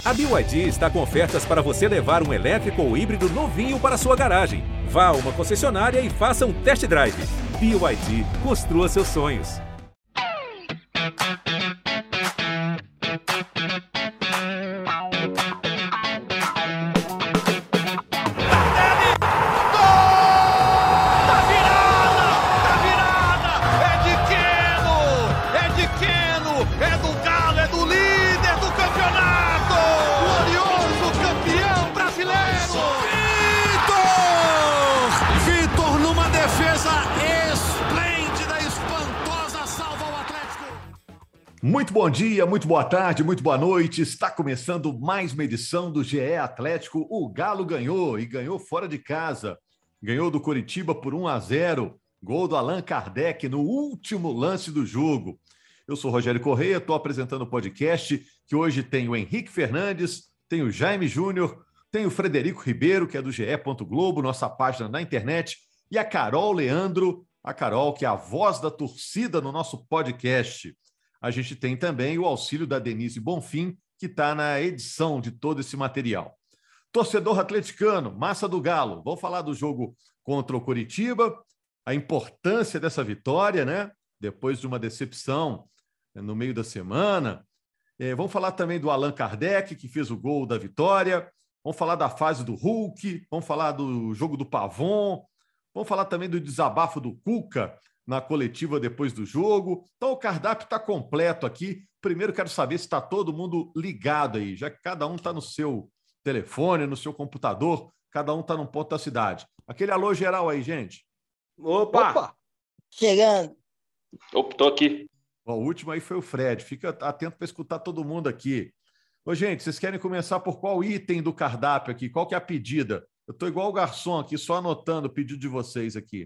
A BYD está com ofertas para você levar um elétrico ou híbrido novinho para sua garagem. Vá a uma concessionária e faça um test drive. BYD, construa seus sonhos. Muito bom dia, muito boa tarde, muito boa noite. Está começando mais uma edição do GE Atlético. O Galo ganhou e ganhou fora de casa. Ganhou do Coritiba por 1-0. Gol do Allan Kardec no último lance do jogo. Eu sou Rogério Correia, estou apresentando o podcast que hoje tem o Henrique Fernandes, tem o Jaime Júnior, tem o Frederico Ribeiro, que é do GE. Globo, nossa página na internet, e a Carol Leandro, a Carol, que é a voz da torcida no nosso podcast. A gente tem também o auxílio da Denise Bonfim, que está na edição de todo esse material. Torcedor atleticano, massa do Galo. Vamos falar do jogo contra o Coritiba, a importância dessa vitória, né? Depois de uma decepção no meio da semana. Vamos falar também do Allan Kardec, que fez o gol da vitória. Vamos falar da fase do Hulk. Vamos falar do jogo do Pavon. Vamos falar também do desabafo do Cuca na coletiva depois do jogo. Então o cardápio está completo aqui. Primeiro quero saber se está todo mundo ligado aí, já que cada um está no seu telefone, no seu computador, cada um está num ponto da cidade. Aquele alô geral aí, gente. Opa! Chegando. Opa, tô aqui. O último aí foi o Fred. Fica atento para escutar todo mundo aqui. Ô, gente, vocês querem começar por qual item do cardápio aqui? Qual que é a pedida? Eu estou igual o garçom aqui, só anotando o pedido de vocês aqui.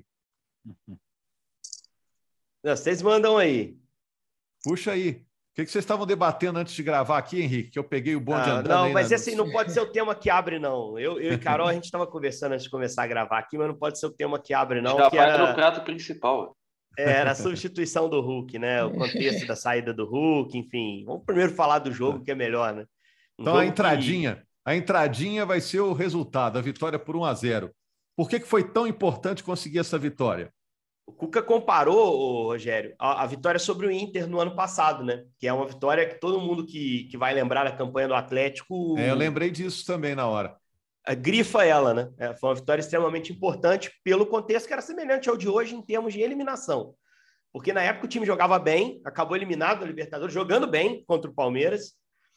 Vocês mandam aí. Puxa aí. O que vocês estavam debatendo antes de gravar aqui, Henrique? Que eu peguei o bonde andando. Não, mas assim, não pode ser o tema que abre, não. Eu e Carol, a gente estava conversando antes de começar a gravar aqui, mas não pode ser o tema que abre, não. Já vai no prato principal. Era a substituição do Hulk, né? O contexto da saída do Hulk, enfim. Vamos primeiro falar do jogo, que é melhor, né? Então, a entradinha vai ser o resultado, a vitória por 1-0. Por que foi tão importante conseguir essa vitória? O Cuca comparou, Rogério, a vitória sobre o Inter no ano passado, né? Que é uma vitória que todo mundo que vai lembrar da campanha do Atlético... Eu lembrei disso também na hora. Grifa ela, né? Foi uma vitória extremamente importante pelo contexto que era semelhante ao de hoje em termos de eliminação. Porque na época o time jogava bem, acabou eliminado da Libertadores, jogando bem contra o Palmeiras,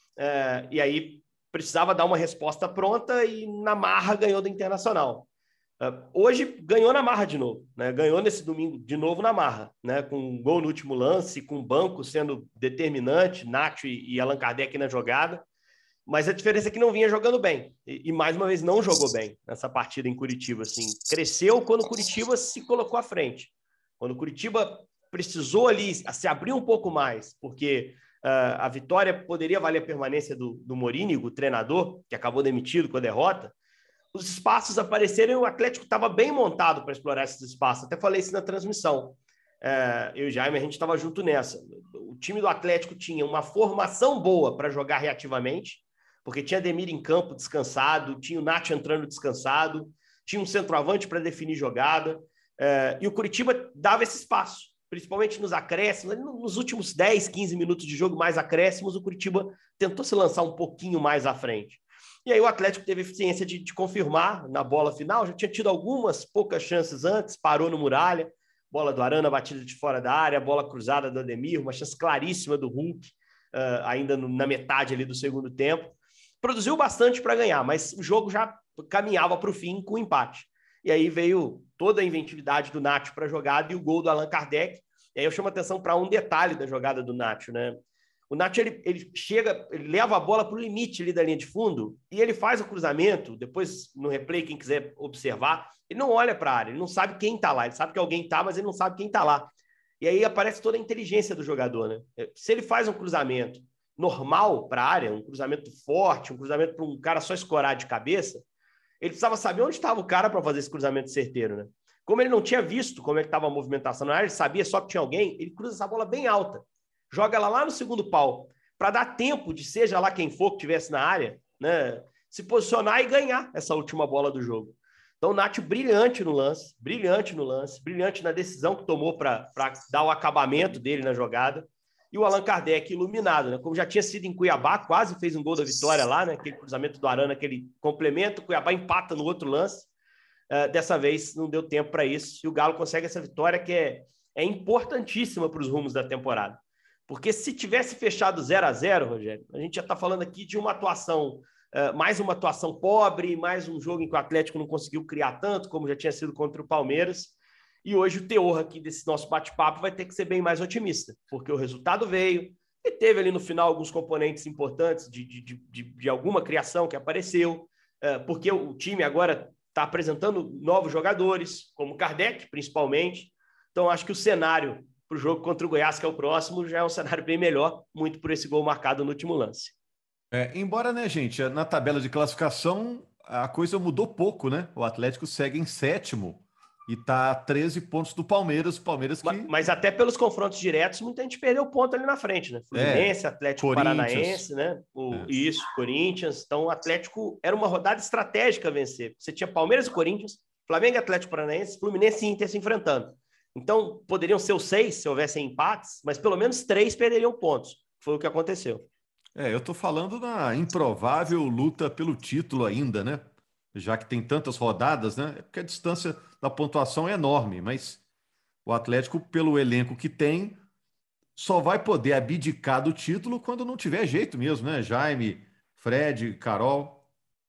e aí precisava dar uma resposta pronta e na marra ganhou do Internacional. Hoje ganhou na marra de novo, né? Ganhou nesse domingo de novo na marra, né? Com um gol no último lance, com o banco sendo determinante, Nacho e Allan Kardec na jogada, mas a diferença é que não vinha jogando bem, e mais uma vez não jogou bem nessa partida em Curitiba, assim, cresceu quando o Curitiba se colocou à frente, quando o Curitiba precisou ali se abrir um pouco mais, porque a vitória poderia valer a permanência do Morínigo, o treinador, que acabou demitido com a derrota. Os espaços apareceram e o Atlético estava bem montado para explorar esses espaços. Até falei isso na transmissão. Eu e o Jaime, a gente estava junto nessa. O time do Atlético tinha uma formação boa para jogar reativamente, porque tinha Ademir em campo descansado, tinha o Nath entrando descansado, tinha um centroavante para definir jogada, e o Curitiba dava esse espaço, principalmente nos acréscimos. Nos últimos 10, 15 minutos de jogo, mais acréscimos, o Curitiba tentou se lançar um pouquinho mais à frente. E aí o Atlético teve eficiência de confirmar na bola final, já tinha tido algumas poucas chances antes, parou no Muralha, bola do Arana, batida de fora da área, bola cruzada do Ademir, uma chance claríssima do Hulk, ainda na metade ali do segundo tempo. Produziu bastante para ganhar, mas o jogo já caminhava para o fim com empate. E aí veio toda a inventividade do Nacho para a jogada e o gol do Allan Kardec. E aí eu chamo a atenção para um detalhe da jogada do Nacho, né? O Nacho, ele chega, ele leva a bola para o limite ali da linha de fundo e ele faz o cruzamento. Depois, no replay, quem quiser observar, ele não olha para a área, ele não sabe quem está lá. Ele sabe que alguém está, mas ele não sabe quem está lá. E aí aparece toda a inteligência do jogador, né? Se ele faz um cruzamento normal para a área, um cruzamento forte, um cruzamento para um cara só escorar de cabeça, ele precisava saber onde estava o cara para fazer esse cruzamento certeiro, né? Como ele não tinha visto como é que estava a movimentação na área, ele sabia só que tinha alguém, ele cruza essa bola bem alta, joga ela lá no segundo pau. para dar tempo de seja lá quem for que estivesse na área, né, se posicionar e ganhar essa última bola do jogo. Então, o Nacho brilhante no lance, brilhante na decisão que tomou para dar o acabamento dele na jogada. E o Allan Kardec iluminado, né? Como já tinha sido em Cuiabá, quase fez um gol da vitória lá, né? Aquele cruzamento do Arana, aquele complemento, o Cuiabá empata no outro lance. Dessa vez não deu tempo para isso. E o Galo consegue essa vitória que é importantíssima para os rumos da temporada. Porque se tivesse fechado 0-0, Rogério, a gente já está falando aqui de uma atuação... mais uma atuação pobre, mais um jogo em que o Atlético não conseguiu criar tanto, como já tinha sido contra o Palmeiras. E hoje o teor aqui desse nosso bate-papo vai ter que ser bem mais otimista, porque o resultado veio, e teve ali no final alguns componentes importantes de alguma criação que apareceu, porque o time agora está apresentando novos jogadores, como o Kardec, principalmente. Então, acho que o cenário para o jogo contra o Goiás, que é o próximo, já é um cenário bem melhor, muito por esse gol marcado no último lance. Embora, né, gente, na tabela de classificação a coisa mudou pouco, né? O Atlético segue em 7º e está a 13 pontos do Palmeiras. O Palmeiras que... Mas até pelos confrontos diretos, muita gente perdeu ponto ali na frente, né? Fluminense, Atlético Paranaense, né? Isso, Corinthians. Então, o Atlético era uma rodada estratégica a vencer. Você tinha Palmeiras e Corinthians, Flamengo e Atlético Paranaense, Fluminense e Inter se enfrentando. Então, poderiam ser os 6 se houvessem empates, mas pelo menos 3 perderiam pontos. Foi o que aconteceu. Eu tô falando na improvável luta pelo título ainda, né? Já que tem tantas rodadas, né? É porque a distância da pontuação é enorme, mas o Atlético, pelo elenco que tem, só vai poder abdicar do título quando não tiver jeito mesmo, né? Jaime, Fred, Carol.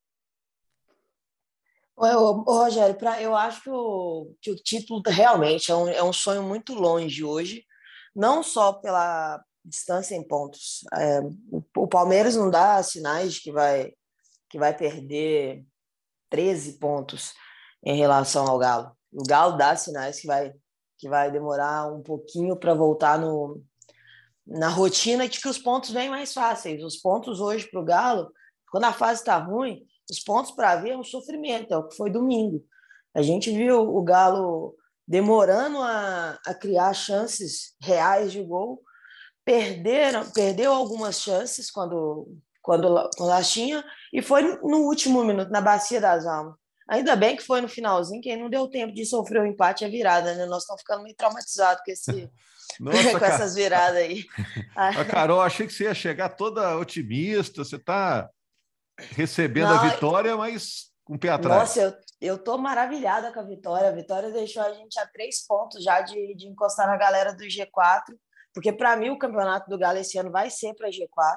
Ô, Rogério, eu acho que o título realmente é um sonho muito longe hoje, não só pela distância em pontos. O Palmeiras não dá sinais de que vai perder 13 pontos em relação ao Galo. O Galo dá sinais que vai demorar um pouquinho para voltar na rotina de que os pontos vêm mais fáceis. Os pontos hoje para o Galo, quando a fase está ruim, os pontos para ver é um sofrimento, é o que foi domingo. A gente viu o Galo demorando a criar chances reais de gol, perdeu algumas chances quando elas tinham, e foi no último minuto, na Bacia das Almas. Ainda bem que foi no finalzinho, que aí não deu tempo de sofrer o empate e a virada, né? Nós estamos ficando meio traumatizados Nossa, com essas viradas aí. A Carol, achei que você ia chegar toda otimista, você está recebendo Não, a vitória, mas com o pé atrás. Nossa, eu tô maravilhada com a Vitória. A Vitória deixou a gente a 3 pontos já de encostar na galera do G4, porque para mim o campeonato do Galo esse ano vai ser para G4.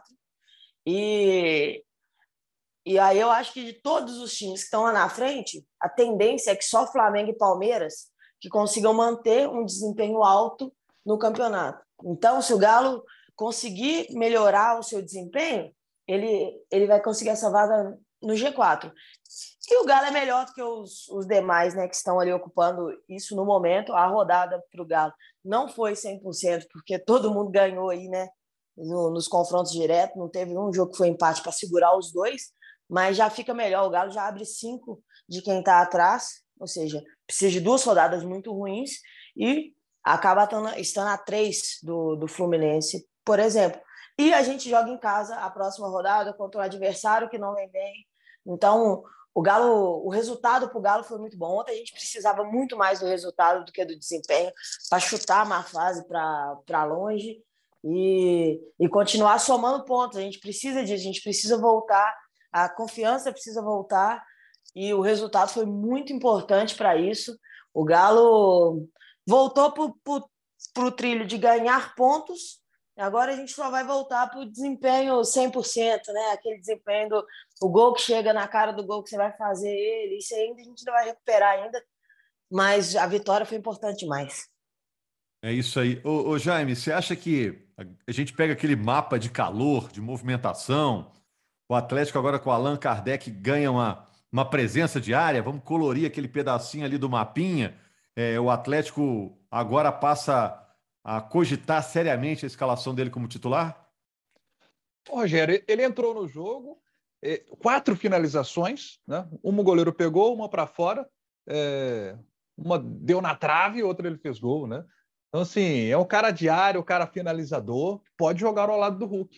E aí eu acho que de todos os times que estão lá na frente, a tendência é que só Flamengo e Palmeiras que consigam manter um desempenho alto no campeonato. Então, se o Galo conseguir melhorar o seu desempenho, ele vai conseguir essa vaga no G4. E o Galo é melhor do que os demais, né, que estão ali ocupando isso no momento. A rodada para o Galo não foi 100%, porque todo mundo ganhou aí, né, nos confrontos diretos. Não teve um jogo que foi empate para segurar os dois, mas já fica melhor. O Galo já abre 5 de quem está atrás, ou seja, precisa de 2 rodadas muito ruins e acaba estando a 3 do Fluminense, por exemplo. E a gente joga em casa a próxima rodada contra um adversário que não vem bem. Então, o resultado para o Galo foi muito bom. Ontem a gente precisava muito mais do resultado do que do desempenho para chutar a má fase para longe e continuar somando pontos. A gente precisa disso, a gente precisa voltar, a confiança precisa voltar e o resultado foi muito importante para isso. O Galo voltou para o trilho de ganhar pontos. Agora a gente só vai voltar para o desempenho 100%, né? Aquele desempenho o gol que chega na cara do gol que você vai fazer ele. Isso ainda a gente não vai recuperar ainda, mas a vitória foi importante demais. É isso aí. Ô Jaime, você acha que a gente pega aquele mapa de calor, de movimentação, o Atlético agora com o Allan Kardec ganha uma presença diária, vamos colorir aquele pedacinho ali do mapinha, o Atlético agora passa a cogitar seriamente a escalação dele como titular? Rogério, ele entrou no jogo, 4 finalizações, né? Uma o goleiro pegou, uma para fora, uma deu na trave, outra ele fez gol, né? Então, assim, é um cara diário, um cara finalizador, pode jogar ao lado do Hulk.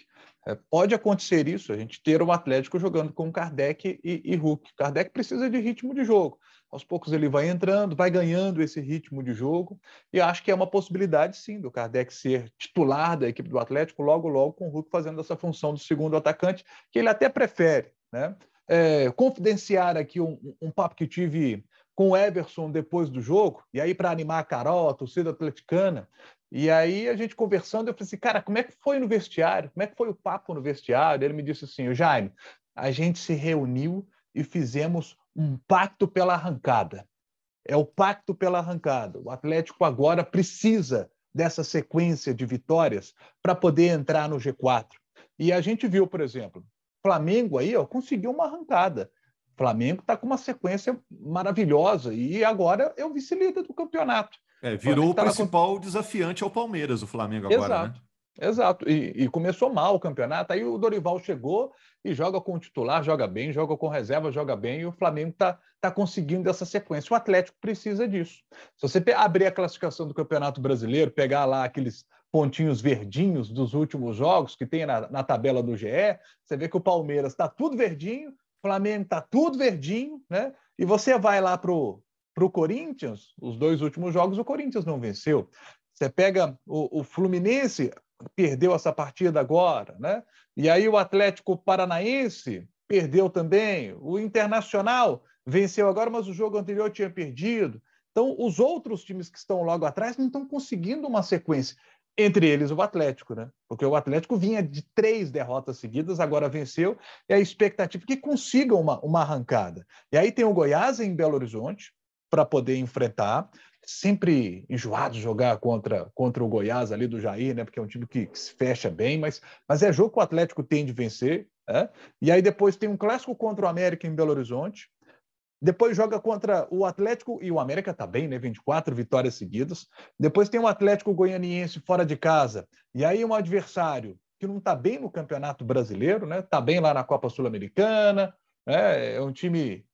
Pode acontecer isso, a gente ter um Atlético jogando com Kardec e Hulk. Kardec precisa de ritmo de jogo. Aos poucos ele vai entrando, vai ganhando esse ritmo de jogo, e acho que é uma possibilidade, sim, do Kardec ser titular da equipe do Atlético logo com o Hulk fazendo essa função do segundo atacante, que ele até prefere, né? Confidenciar aqui um papo que tive com o Everson depois do jogo, e aí para animar a Carol, a torcida atleticana, e aí a gente conversando, eu falei assim, cara, como é que foi no vestiário? Como é que foi o papo no vestiário? Ele me disse assim, Jaime, a gente se reuniu e fizemos um pacto pela arrancada. É o pacto pela arrancada. O Atlético agora precisa dessa sequência de vitórias para poder entrar no G4. E a gente viu, por exemplo, Flamengo aí, conseguiu uma arrancada. O Flamengo está com uma sequência maravilhosa e agora é o vice-líder do campeonato. Virou o principal desafiante ao Palmeiras, o Flamengo agora, Exato. né? Exato, e começou mal o campeonato, aí o Dorival chegou e joga com o titular, joga bem, joga com reserva, joga bem, e o Flamengo tá conseguindo essa sequência. O Atlético precisa disso. Se você abrir a classificação do Campeonato Brasileiro, pegar lá aqueles pontinhos verdinhos dos últimos jogos que tem na tabela do GE, você vê que o Palmeiras está tudo verdinho, o Flamengo está tudo verdinho, né? E você vai lá pro Corinthians, os 2 últimos jogos, o Corinthians não venceu. Você pega o Fluminense, perdeu essa partida agora, né? E aí o Atlético Paranaense perdeu também, o Internacional venceu agora, mas o jogo anterior tinha perdido. Então, os outros times que estão logo atrás não estão conseguindo uma sequência. Entre eles o Atlético, né? Porque o Atlético vinha de 3 derrotas seguidas, agora venceu, e a expectativa é que consiga uma arrancada. E aí tem o Goiás em Belo Horizonte para poder enfrentar. Sempre enjoado de jogar contra o Goiás ali do Jair, né? Porque é um time que se fecha bem, mas é jogo que o Atlético tem de vencer, né? E aí depois tem um clássico contra o América em Belo Horizonte, depois joga contra o Atlético, e o América tá bem, né? 24 vitórias seguidas. Depois tem o Atlético Goianiense fora de casa, e aí um adversário que não tá bem no Campeonato Brasileiro, né? Tá bem lá na Copa Sul-Americana, né? É um time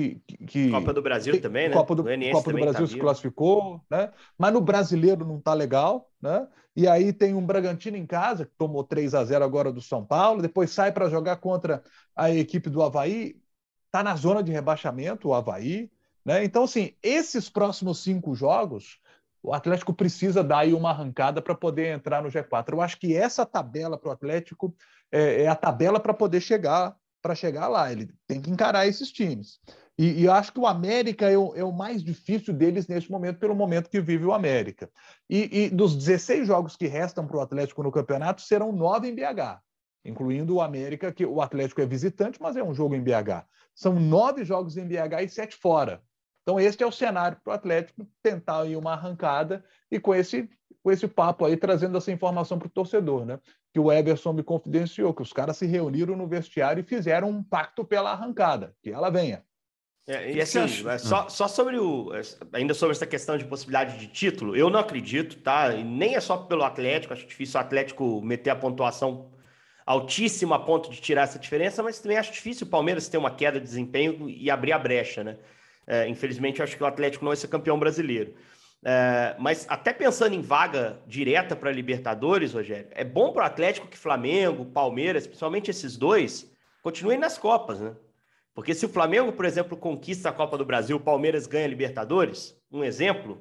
que Copa do Brasil também, né? Copa do Brasil se classificou, né? Mas no Brasileiro não tá legal, né? E aí tem um Bragantino em casa, que tomou 3-0 agora do São Paulo, depois sai para jogar contra a equipe do Avaí, tá na zona de rebaixamento, o Avaí, né? Então, assim, esses próximos 5 jogos, o Atlético precisa dar aí uma arrancada para poder entrar no G4. Eu acho que essa tabela para o Atlético é a tabela para poder chegar lá. Ele tem que encarar esses times. E eu acho que o América é o mais difícil deles neste momento, pelo momento que vive o América. E dos 16 jogos que restam para o Atlético no campeonato, serão 9 em BH, incluindo o América, que o Atlético é visitante, mas é um jogo em BH. São 9 jogos em BH e 7 fora. Então, este é o cenário para o Atlético tentar aí uma arrancada e com esse papo aí, trazendo essa informação para o torcedor, né? Que o Everson me confidenciou, que os caras se reuniram no vestiário e fizeram um pacto pela arrancada, que ela venha. E assim, só sobre ainda sobre essa questão de possibilidade de título, eu não acredito, tá? E nem é só pelo Atlético, acho difícil o Atlético meter a pontuação altíssima a ponto de tirar essa diferença, mas também acho difícil o Palmeiras ter uma queda de desempenho e abrir a brecha, né? Infelizmente, eu acho que o Atlético não vai ser campeão brasileiro. Mas até pensando em vaga direta para a Libertadores, Rogério, é bom para o Atlético que Flamengo, Palmeiras, principalmente esses dois, continuem nas Copas, né? Porque se o Flamengo, por exemplo, conquista a Copa do Brasil, o Palmeiras ganha a Libertadores, um exemplo,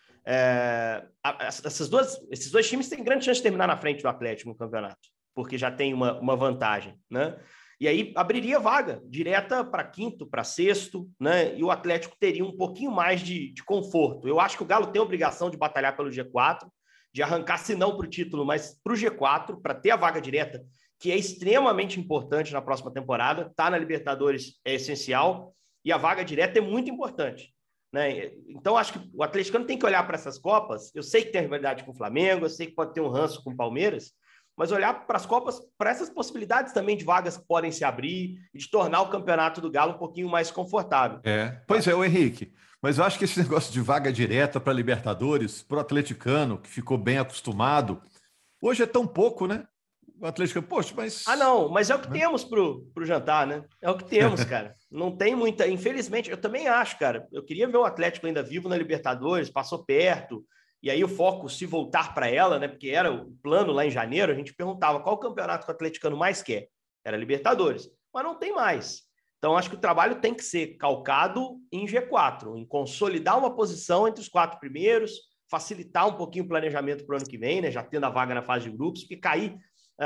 esses dois times têm grande chance de terminar na frente do Atlético no campeonato, porque já tem uma vantagem, né? E aí abriria vaga direta para quinto, para sexto, né? E o Atlético teria um pouquinho mais de conforto. Eu acho que o Galo tem a obrigação de batalhar pelo G4, de arrancar, se não para o título, mas para o G4, para ter a vaga direta, que é extremamente importante na próxima temporada. Tá na Libertadores é essencial, e a vaga direta é muito importante, né? Então, acho que o atleticano tem que olhar para essas Copas. Eu sei que tem rivalidade com o Flamengo, eu sei que pode ter um ranço com o Palmeiras, mas olhar para as Copas, para essas possibilidades também de vagas que podem se abrir e de tornar o campeonato do Galo um pouquinho mais confortável. Pois é, o Henrique, mas eu acho que esse negócio de vaga direta para Libertadores, para o atleticano, que ficou bem acostumado, hoje é tão pouco, né? O Atlético, poxa, mas... não, mas é o que temos pro jantar, né? É o que temos, cara. Não tem muita... Infelizmente, eu também acho, cara. Eu queria ver o Atlético ainda vivo na Libertadores, passou perto, e aí o foco se voltar para ela, né? Porque era o plano lá em janeiro, a gente perguntava qual campeonato que o atleticano mais quer. Era Libertadores, mas não tem mais. Então, acho que o trabalho tem que ser calcado em G4, em consolidar uma posição entre os 4 primeiros, facilitar um pouquinho o planejamento para o ano que vem, né? Já tendo a vaga na fase de grupos, porque cair,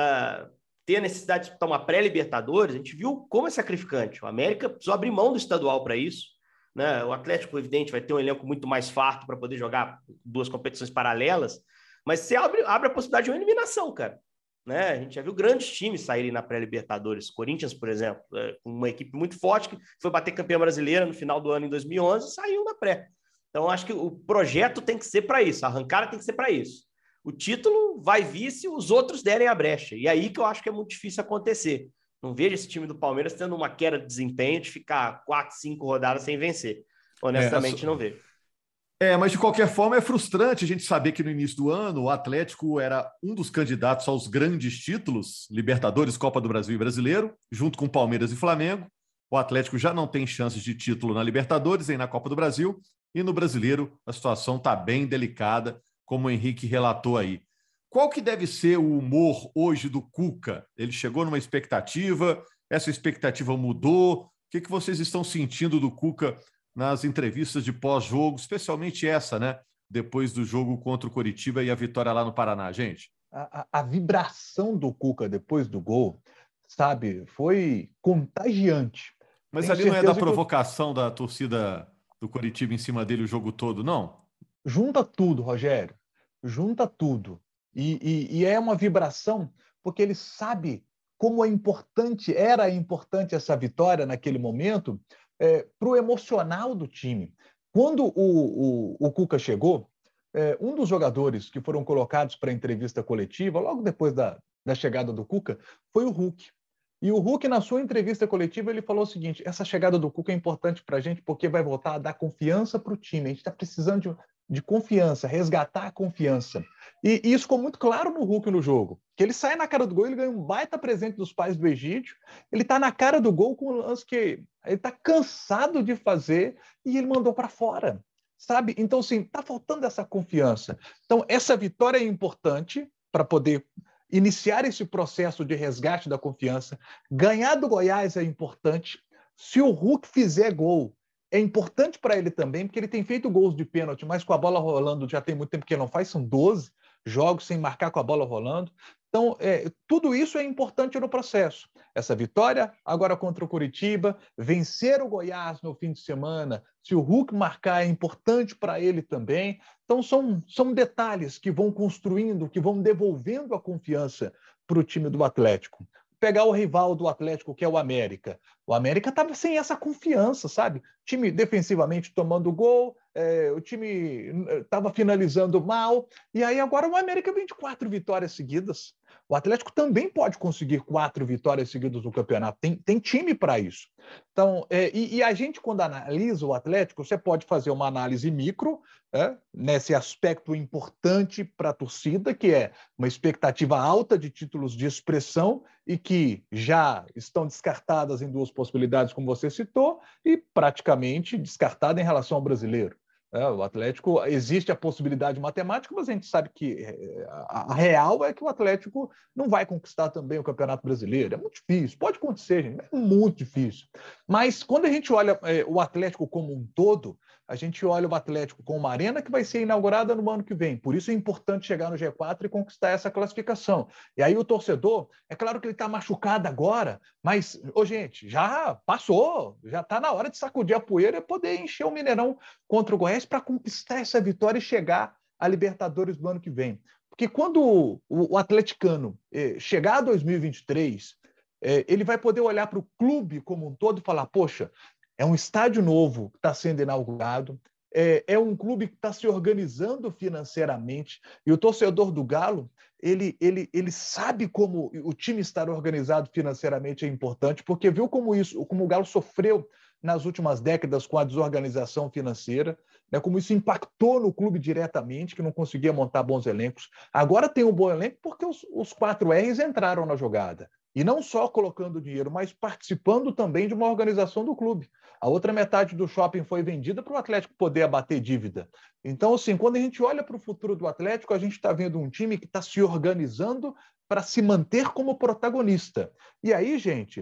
ter a necessidade de disputar uma pré-Libertadores, a gente viu como é sacrificante. O América precisou abrir mão do estadual para isso, né? O Atlético, evidente, vai ter um elenco muito mais farto para poder jogar 2 competições paralelas, mas você abre a possibilidade de uma eliminação, cara. Né? A gente já viu grandes times saírem na pré-Libertadores. Corinthians, por exemplo, com uma equipe muito forte que foi bater campeã brasileira no final do ano em 2011 e saiu na pré. Então, acho que o projeto tem que ser para isso, a arrancada tem que ser para isso. O título vai vir se os outros derem a brecha. E aí que eu acho que é muito difícil acontecer. Não vejo esse time do Palmeiras tendo uma queda de desempenho de ficar 4, 5 rodadas sem vencer. Honestamente, não vejo. Mas de qualquer forma é frustrante a gente saber que no início do ano o Atlético era um dos candidatos aos grandes títulos, Libertadores, Copa do Brasil e Brasileiro, junto com Palmeiras e Flamengo. O Atlético já não tem chances de título na Libertadores nem na Copa do Brasil, e no Brasileiro a situação está bem delicada, como o Henrique relatou aí. Qual que deve ser o humor hoje do Cuca? Ele chegou numa expectativa, essa expectativa mudou? O que vocês estão sentindo do Cuca nas entrevistas de pós-jogo, especialmente essa, né? Depois do jogo contra o Coritiba e a vitória lá no Paraná, gente? A vibração do Cuca depois do gol, sabe, foi contagiante. Mas tenho ali não é da provocação da torcida do Coritiba em cima dele o jogo todo, não? Junta tudo, Rogério. Junta tudo. E é uma vibração porque ele sabe como era importante essa vitória naquele momento, para o emocional do time. Quando o Cuca chegou, um dos jogadores que foram colocados para a entrevista coletiva, logo depois da chegada do Cuca, foi o Hulk. E o Hulk, na sua entrevista coletiva, ele falou o seguinte: essa chegada do Cuca é importante para a gente porque vai voltar a dar confiança para o time. A gente está precisando de confiança, resgatar a confiança. E isso ficou muito claro no Hulk no jogo, que ele sai na cara do gol, ele ganha um baita presente dos pais do Egídio, ele está na cara do gol com um lance que ele está cansado de fazer e ele mandou para fora, sabe? Então, assim, está faltando essa confiança. Então, essa vitória é importante para poder iniciar esse processo de resgate da confiança. Ganhar do Goiás é importante. Se o Hulk fizer gol, é importante para ele também, porque ele tem feito gols de pênalti, mas com a bola rolando já tem muito tempo que ele não faz, são 12 jogos sem marcar com a bola rolando. Então, tudo isso é importante no processo. Essa vitória agora contra o Coritiba, vencer o Goiás no fim de semana, se o Hulk marcar é importante para ele também. Então, são detalhes que vão construindo, que vão devolvendo a confiança para o time do Atlético. Pegar o rival do Atlético, que é o América. O América estava sem essa confiança, sabe? O time defensivamente tomando gol, o time estava finalizando mal, e aí agora o América vem de 4 vitórias seguidas. O Atlético também pode conseguir 4 vitórias seguidas no campeonato. Tem time para isso. Então, e a gente, quando analisa o Atlético, você pode fazer uma análise micro, nesse aspecto importante para a torcida, que é uma expectativa alta de títulos de expressão e que já estão descartadas em 2 possibilidades, como você citou, e praticamente descartada em relação ao brasileiro. O Atlético, existe a possibilidade matemática, mas a gente sabe que a real é que o Atlético não vai conquistar também o Campeonato Brasileiro. É muito difícil, pode acontecer, gente, é muito difícil. Mas quando a gente olha o Atlético como um todo, a gente olha o Atlético com uma arena que vai ser inaugurada no ano que vem. Por isso é importante chegar no G4 e conquistar essa classificação. E aí o torcedor, é claro que ele está machucado agora, mas, gente, já passou, já está na hora de sacudir a poeira e poder encher o Mineirão contra o Goiás para conquistar essa vitória e chegar à Libertadores do ano que vem. Porque quando o atleticano chegar a 2023, ele vai poder olhar para o clube como um todo e falar, poxa, é um estádio novo que está sendo inaugurado, é um clube que está se organizando financeiramente, e o torcedor do Galo, ele sabe como o time estar organizado financeiramente é importante, porque viu como o Galo sofreu nas últimas décadas com a desorganização financeira, né, como isso impactou no clube diretamente, que não conseguia montar bons elencos. Agora tem um bom elenco porque os 4 R's entraram na jogada. E não só colocando dinheiro, mas participando também de uma organização do clube. A outra metade do shopping foi vendida para o Atlético poder abater dívida. Então, assim, quando a gente olha para o futuro do Atlético, a gente está vendo um time que está se organizando para se manter como protagonista. E aí, gente,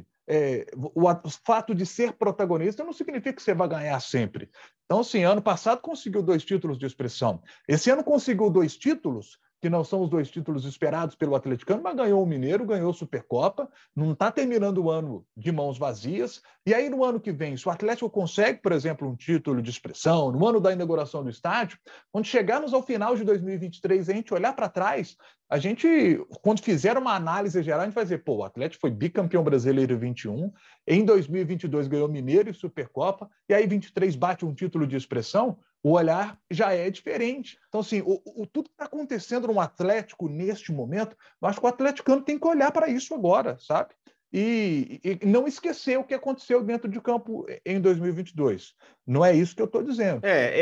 o fato de ser protagonista não significa que você vai ganhar sempre. Então, assim, ano passado conseguiu 2 títulos de expressão. Esse ano conseguiu 2 títulos, que não são os 2 títulos esperados pelo atleticano, mas ganhou o Mineiro, ganhou a Supercopa, não está terminando o ano de mãos vazias. E aí, no ano que vem, se o Atlético consegue, por exemplo, um título de expressão, no ano da inauguração do estádio, quando chegarmos ao final de 2023 e a gente olhar para trás, a gente, quando fizer uma análise geral, a gente vai dizer, pô, o Atlético foi bicampeão brasileiro em 21, em 2022 ganhou Mineiro e Supercopa, e aí 23 bate um título de expressão, o olhar já é diferente. Então, assim, tudo que está acontecendo no Atlético neste momento, eu acho que o atleticano tem que olhar para isso agora, sabe? E não esquecer o que aconteceu dentro de campo em 2022. Não é isso que eu estou dizendo.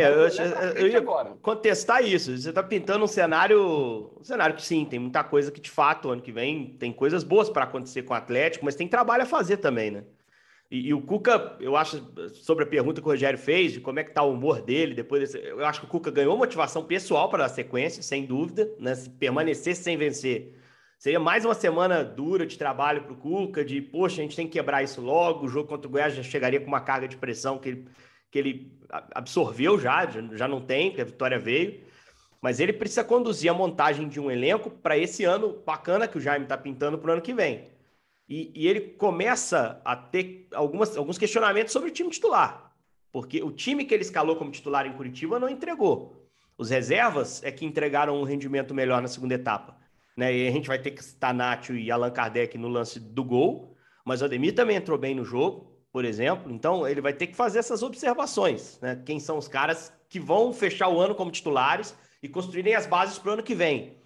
Eu ia contestar isso. Você está pintando um cenário que sim, tem muita coisa que de fato, ano que vem, tem coisas boas para acontecer com o Atlético, mas tem trabalho a fazer também, né? E o Cuca, eu acho, sobre a pergunta que o Rogério fez, de como é que tá o humor dele, eu acho que o Cuca ganhou motivação pessoal para dar sequência, sem dúvida, né? Se permanecesse sem vencer, seria mais uma semana dura de trabalho para o Cuca, de, poxa, a gente tem que quebrar isso logo, o jogo contra o Goiás já chegaria com uma carga de pressão que ele absorveu já não tem, porque a vitória veio, mas ele precisa conduzir a montagem de um elenco para esse ano bacana que o Jaime está pintando para o ano que vem. E ele começa a ter alguns questionamentos sobre o time titular, porque o time que ele escalou como titular em Curitiba não entregou. Os reservas é que entregaram um rendimento melhor na segunda etapa, né? E a gente vai ter que citar Nacho e Allan Kardec no lance do gol, mas o Ademir também entrou bem no jogo, por exemplo, então ele vai ter que fazer essas observações, né? Quem são os caras que vão fechar o ano como titulares e construírem as bases para o ano que vem.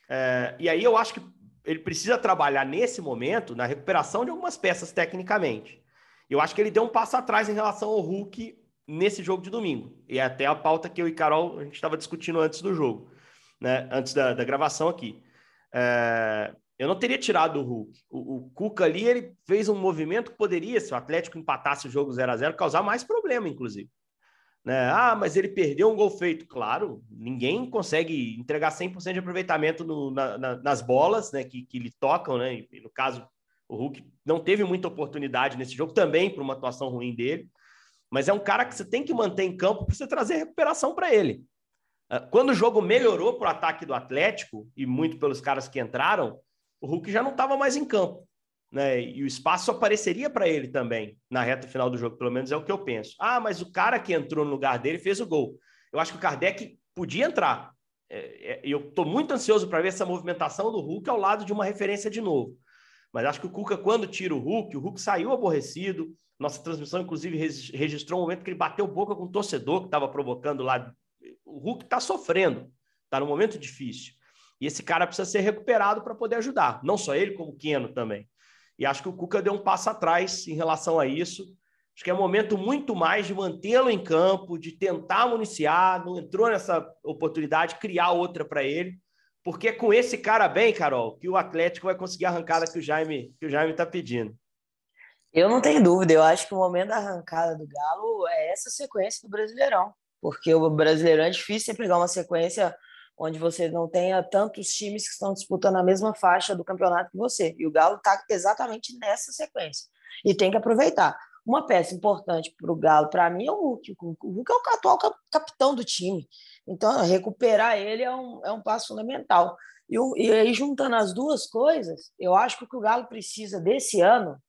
E aí eu acho que ele precisa trabalhar nesse momento na recuperação de algumas peças tecnicamente. Eu acho que ele deu um passo atrás em relação ao Hulk nesse jogo de domingo. E é até a pauta que eu e Carol a gente estava discutindo antes do jogo, né? Antes da gravação aqui. Eu não teria tirado o Hulk. O Cuca ali, ele fez um movimento que poderia, se o Atlético empatasse o jogo 0-0, causar mais problema, inclusive. Né? Mas ele perdeu um gol feito. Claro, ninguém consegue entregar 100% de aproveitamento nas bolas, né, que lhe tocam, né? E no caso, o Hulk não teve muita oportunidade nesse jogo, também por uma atuação ruim dele, mas é um cara que você tem que manter em campo para você trazer recuperação para ele. Quando o jogo melhorou para o ataque do Atlético, e muito pelos caras que entraram, o Hulk já não estava mais em campo, né? E o espaço apareceria para ele também na reta final do jogo, pelo menos é o que eu penso. Mas o cara que entrou no lugar dele fez o gol. Eu acho que o Kardec podia entrar. Eu estou muito ansioso para ver essa movimentação do Hulk ao lado de uma referência de novo. Mas acho que o Cuca, quando tira o Hulk saiu aborrecido. Nossa transmissão, inclusive, registrou um momento que ele bateu boca com o torcedor que estava provocando lá. O Hulk está sofrendo, está num momento difícil. E esse cara precisa ser recuperado para poder ajudar. Não só ele, como o Keno também. E acho que o Cuca deu um passo atrás em relação a isso. Acho que é um momento muito mais de mantê-lo em campo, de tentar municiar, não entrou nessa oportunidade, criar outra para ele, porque é com esse cara bem, Carol, que o Atlético vai conseguir a arrancada que o Jaime está pedindo. Eu não tenho dúvida, eu acho que o momento da arrancada do Galo é essa sequência do Brasileirão, porque o Brasileirão é difícil pegar uma sequência onde você não tenha tantos times que estão disputando a mesma faixa do campeonato que você. E o Galo está exatamente nessa sequência. E tem que aproveitar. Uma peça importante para o Galo, para mim, é o Hulk. O Hulk é o atual capitão do time. Então, recuperar ele é um passo fundamental. E aí, juntando as duas coisas, eu acho que o que o Galo precisa desse ano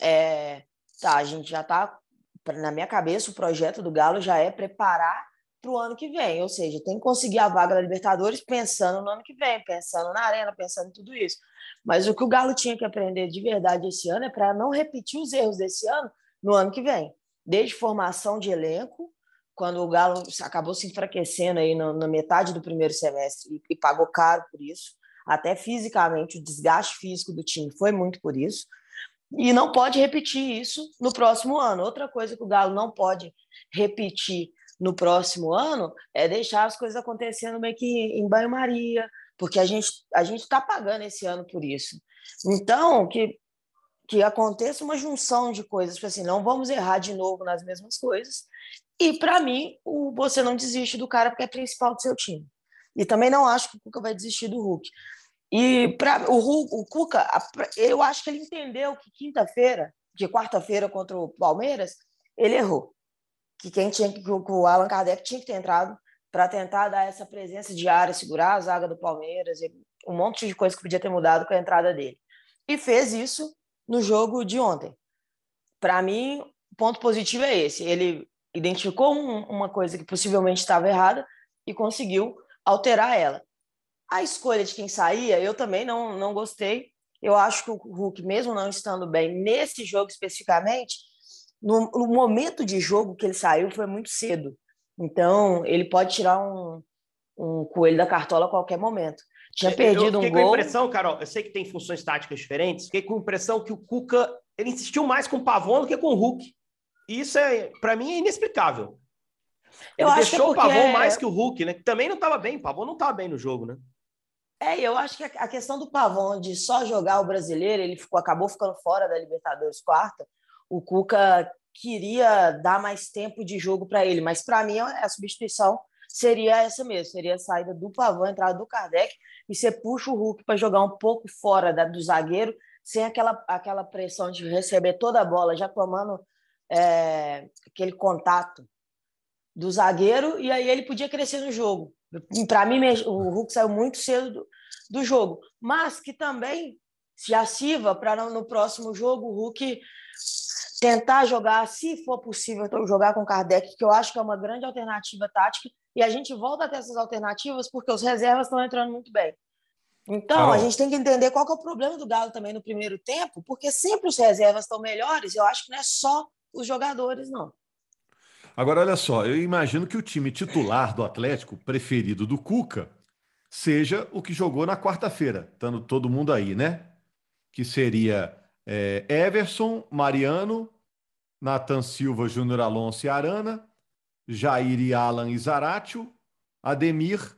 a gente já está, na minha cabeça, o projeto do Galo já é preparar para o ano que vem, ou seja, tem que conseguir a vaga da Libertadores pensando no ano que vem, pensando na Arena, pensando em tudo isso. Mas o que o Galo tinha que aprender de verdade esse ano é para não repetir os erros desse ano no ano que vem. Desde formação de elenco, quando o Galo acabou se enfraquecendo aí na metade do primeiro semestre e pagou caro por isso, até fisicamente, o desgaste físico do time foi muito por isso, e não pode repetir isso no próximo ano. Outra coisa que o Galo não pode repetir no próximo ano é deixar as coisas acontecendo meio que em banho-maria, porque a gente está pagando esse ano por isso. Então, que que aconteça uma junção de coisas, tipo assim, não vamos errar de novo nas mesmas coisas. E, para mim, você não desiste do cara porque é principal do seu time. E também não acho que o Cuca vai desistir do Hulk. E para o Cuca, eu acho que ele entendeu que quarta-feira contra o Palmeiras, ele errou. Que o Allan Kardec tinha que ter entrado para tentar dar essa presença de área, segurar a zaga do Palmeiras, um monte de coisa que podia ter mudado com a entrada dele. E fez isso no jogo de ontem. Para mim, o ponto positivo é esse. Ele identificou uma coisa que possivelmente estava errada e conseguiu alterar ela. A escolha de quem saía, eu também não gostei. Eu acho que o Hulk, mesmo não estando bem nesse jogo especificamente, no momento de jogo que ele saiu foi muito cedo. Então, ele pode tirar um coelho da cartola a qualquer momento. Tinha perdido um gol. Fiquei com a impressão, Carol, eu sei que tem funções táticas diferentes, fiquei com a impressão que o Cuca ele insistiu mais com o Pavon do que com o Hulk. E isso, para mim, é inexplicável. Ele deixou o Pavon mais que o Hulk, né? Que também não estava bem. O Pavon não estava bem no jogo, né? Eu acho que a questão do Pavon de só jogar o brasileiro, ele acabou ficando fora da Libertadores quarta. O Cuca queria dar mais tempo de jogo para ele, mas para mim a substituição seria essa mesmo, seria a saída do Pavon, a entrada do Kardec, e você puxa o Hulk para jogar um pouco fora do zagueiro, sem aquela pressão de receber toda a bola, já tomando aquele contato do zagueiro, e aí ele podia crescer no jogo. Para mim, o Hulk saiu muito cedo do jogo, mas que também já sirva para no próximo jogo o Hulk tentar jogar, se for possível, jogar com o Kardec, que eu acho que é uma grande alternativa tática, e a gente volta a ter essas alternativas porque os reservas estão entrando muito bem. Então, Carol, a gente tem que entender qual que é o problema do Galo também no primeiro tempo, porque sempre os reservas estão melhores, eu acho que não é só os jogadores, não. Agora, olha só, eu imagino que o time titular do Atlético, preferido do Cuca, seja o que jogou na quarta-feira, estando todo mundo aí, né? Que seria Everson, Mariano, Nathan Silva, Júnior Alonso e Arana, Jair e Alan e Zaratio, Ademir,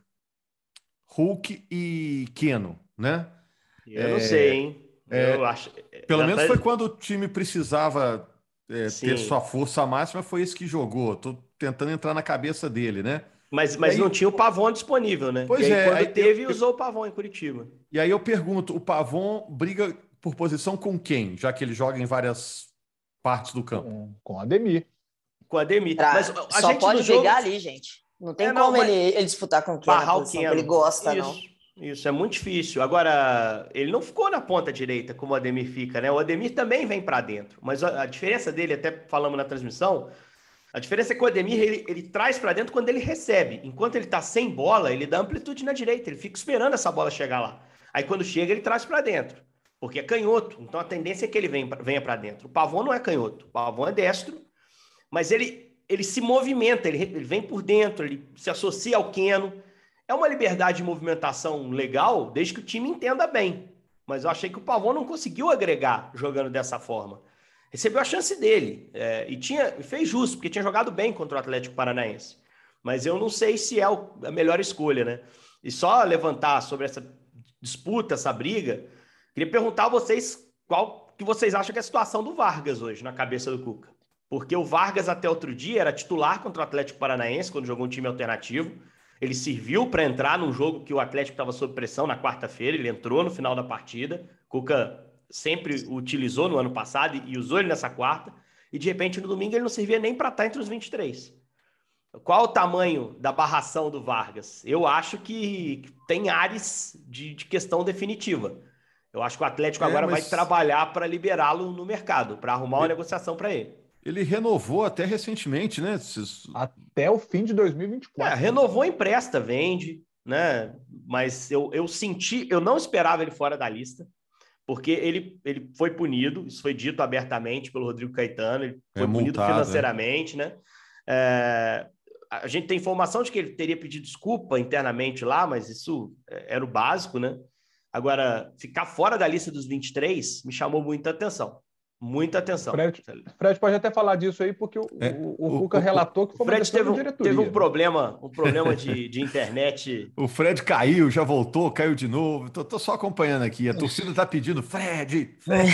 Hulk e Keno, né? Eu não sei, hein? Eu acho... Pelo menos foi quando o time precisava ter sua força máxima, foi esse que jogou. Tô tentando entrar na cabeça dele, né? Mas aí, não tinha o Pavon disponível, né? Pois e aí, quando aí teve, usou o Pavon em Curitiba. E aí eu pergunto, o Pavon briga por posição com quem? Já que ele joga em várias partes do campo. Com o Ademir. Com o Ademir. Mas a só gente pode brigar ali, gente. Não tem como ele disputar com quem na posição que ele gosta, não. Isso, é muito difícil. Agora, ele não ficou na ponta direita como o Ademir fica, né? O Ademir também vem para dentro. Mas a diferença dele, até falamos na transmissão, a diferença é que o Ademir, ele traz para dentro quando ele recebe. Enquanto ele tá sem bola, ele dá amplitude na direita. Ele fica esperando essa bola chegar lá. Aí quando chega, ele traz para dentro. Porque é canhoto. Então a tendência é que ele venha para dentro. O Pavon não é canhoto. O Pavon é destro. Mas ele se movimenta. Ele vem por dentro. Ele se associa ao Keno. É uma liberdade de movimentação legal, desde que o time entenda bem. Mas eu achei que o Pavon não conseguiu agregar jogando dessa forma. Recebeu a chance dele. E fez justo, porque tinha jogado bem contra o Atlético Paranaense. Mas eu não sei se é a melhor escolha, né? E só levantar sobre essa disputa, essa briga, queria perguntar a vocês qual que vocês acham que é a situação do Vargas hoje, na cabeça do Cuca. Porque o Vargas, até outro dia, era titular contra o Atlético Paranaense, quando jogou um time alternativo. Ele serviu para entrar num jogo que o Atlético estava sob pressão na quarta-feira, ele entrou no final da partida. Cuca sempre o utilizou no ano passado e usou ele nessa quarta. E, de repente, no domingo, ele não servia nem para estar entre os 23. Qual o tamanho da barração do Vargas? Eu acho que tem ares de questão definitiva. Eu acho que o Atlético agora vai trabalhar para liberá-lo no mercado, para arrumar uma negociação para ele. Ele renovou até recentemente, né? Até o fim de 2024. Renovou, empresta, vende, né? Mas eu não esperava ele fora da lista, porque ele foi punido, isso foi dito abertamente pelo Rodrigo Caetano, ele foi punido financeiramente, né? A gente tem informação de que ele teria pedido desculpa internamente lá, mas isso era o básico, né? Agora, ficar fora da lista dos 23 me chamou muita atenção. Muita atenção. Fred pode até falar disso aí, porque o Cuca relatou que foi uma decisão da diretoria. Teve um problema de internet. O Fred caiu, já voltou, caiu de novo. Tô só acompanhando aqui. A torcida tá pedindo, Fred.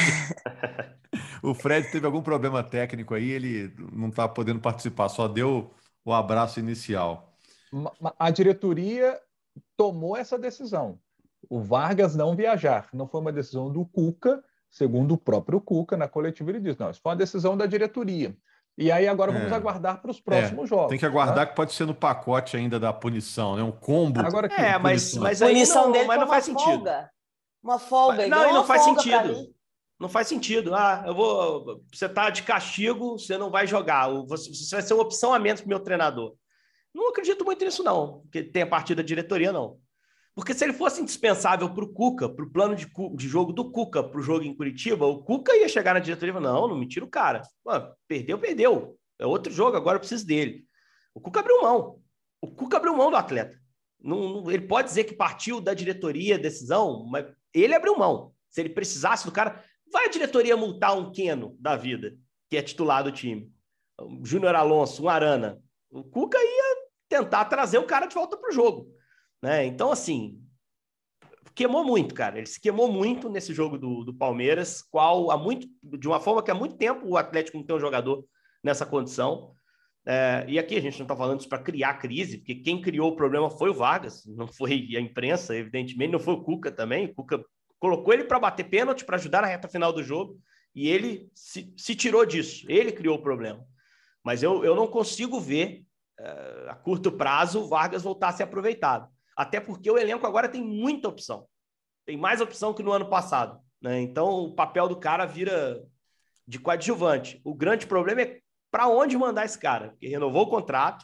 O Fred teve algum problema técnico aí, ele não tá podendo participar, só deu o abraço inicial. A diretoria tomou essa decisão. O Vargas não viajar. Não foi uma decisão do Cuca. Segundo o próprio Cuca, na coletiva, ele disse, não, isso foi uma decisão da diretoria. E aí agora vamos aguardar para os próximos jogos. Tem que aguardar, né? Que pode ser no pacote ainda da punição, né? Um combo. Agora mas aí não faz sentido. Uma folga. Não faz sentido. Não faz sentido. Você tá de castigo, você não vai jogar. Você vai ser uma opção a menos para o meu treinador. Não acredito muito nisso, não. Que tenha partido da diretoria, não. Porque se ele fosse indispensável para o Cuca, para o plano de jogo do Cuca, para o jogo em Curitiba, o Cuca ia chegar na diretoria e falar, não me tira o cara. Mano, perdeu. É outro jogo, agora eu preciso dele. O Cuca abriu mão. O Cuca abriu mão do atleta. Ele pode dizer que partiu da diretoria, decisão, mas ele abriu mão. Se ele precisasse do cara, vai a diretoria multar um Keno da vida, que é titular do time. O Júnior Alonso, um Arana. O Cuca ia tentar trazer o cara de volta para o jogo. Né? Então, assim, queimou muito, cara. Ele se queimou muito nesse jogo do Palmeiras, de uma forma que há muito tempo o Atlético não tem um jogador nessa condição. E aqui a gente não está falando isso para criar crise, porque quem criou o problema foi o Vargas, não foi a imprensa, evidentemente, não foi o Cuca também. O Cuca colocou ele para bater pênalti, para ajudar na reta final do jogo, e ele se tirou disso. Ele criou o problema. Mas eu não consigo ver, a curto prazo, o Vargas voltar a ser aproveitado. Até porque o elenco agora tem muita opção. Tem mais opção que no ano passado. Né? Então, o papel do cara vira de coadjuvante. O grande problema é para onde mandar esse cara. Porque renovou o contrato.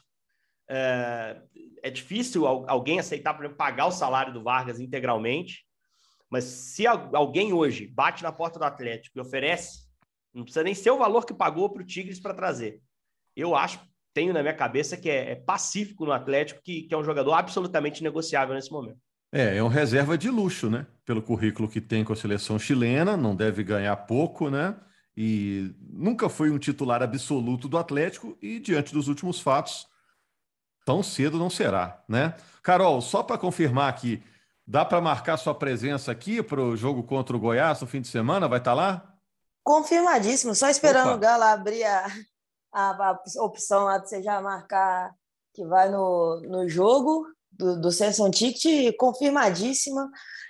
É difícil alguém aceitar, por exemplo, pagar o salário do Vargas integralmente. Mas se alguém hoje bate na porta do Atlético e oferece, não precisa nem ser o valor que pagou para o Tigres para trazer. Eu tenho na minha cabeça que é pacífico no Atlético, que é um jogador absolutamente negociável nesse momento. É um reserva de luxo, né? Pelo currículo que tem com a seleção chilena, não deve ganhar pouco, né? E nunca foi um titular absoluto do Atlético e, diante dos últimos fatos, tão cedo não será, né? Carol, só para confirmar aqui, dá para marcar sua presença aqui para o jogo contra o Goiás no fim de semana? Vai estar lá? Confirmadíssimo, só esperando o Galo abrir a opção lá de você já marcar que vai no jogo do Samsung Ticket, confirmadíssima.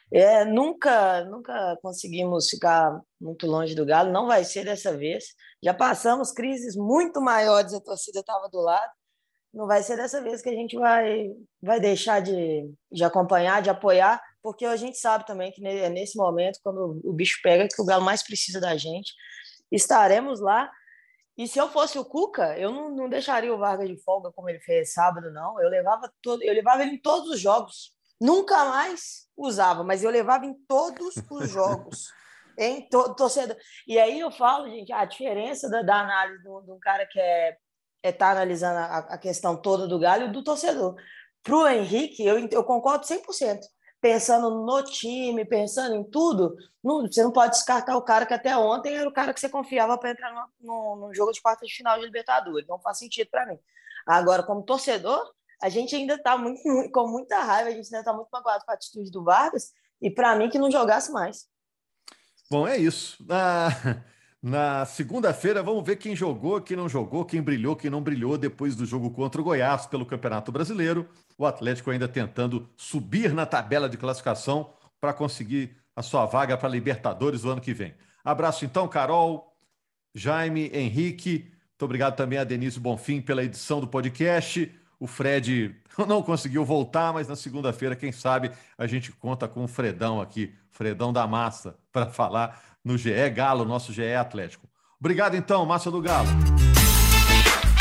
Nunca conseguimos ficar muito longe do Galo, não vai ser dessa vez. Já passamos crises muito maiores, a torcida estava do lado. Não vai ser dessa vez que a gente vai deixar de acompanhar, de apoiar, porque a gente sabe também que é nesse momento, quando o bicho pega, que o Galo mais precisa da gente. Estaremos lá. E se eu fosse o Cuca, eu não deixaria o Vargas de folga como ele fez sábado, não. Eu levava ele em todos os jogos. Nunca mais usava, mas eu levava em todos os jogos. Em torcedor. E aí eu falo, gente, a diferença da análise de um cara que tá analisando a questão toda do Galo e do torcedor. Para o Henrique, eu concordo 100%. Pensando no time, pensando em tudo, você não pode descartar o cara que até ontem era o cara que você confiava para entrar no jogo de quarta de final de Libertadores. Não faz sentido para mim. Agora, como torcedor, a gente ainda está com muita raiva, a gente ainda está muito magoado com a atitude do Vargas, e para mim que não jogasse mais. Bom, é isso. Na segunda-feira, vamos ver quem jogou, quem não jogou, quem brilhou, quem não brilhou depois do jogo contra o Goiás pelo Campeonato Brasileiro. O Atlético ainda tentando subir na tabela de classificação para conseguir a sua vaga para a Libertadores do ano que vem. Abraço então, Carol, Jaime, Henrique. Muito obrigado também a Denise Bonfim pela edição do podcast. O Fred não conseguiu voltar, mas na segunda-feira, quem sabe, a gente conta com o Fredão aqui, Fredão da Massa, para falar no GE Galo, nosso GE Atlético. Obrigado então, Massa do Galo.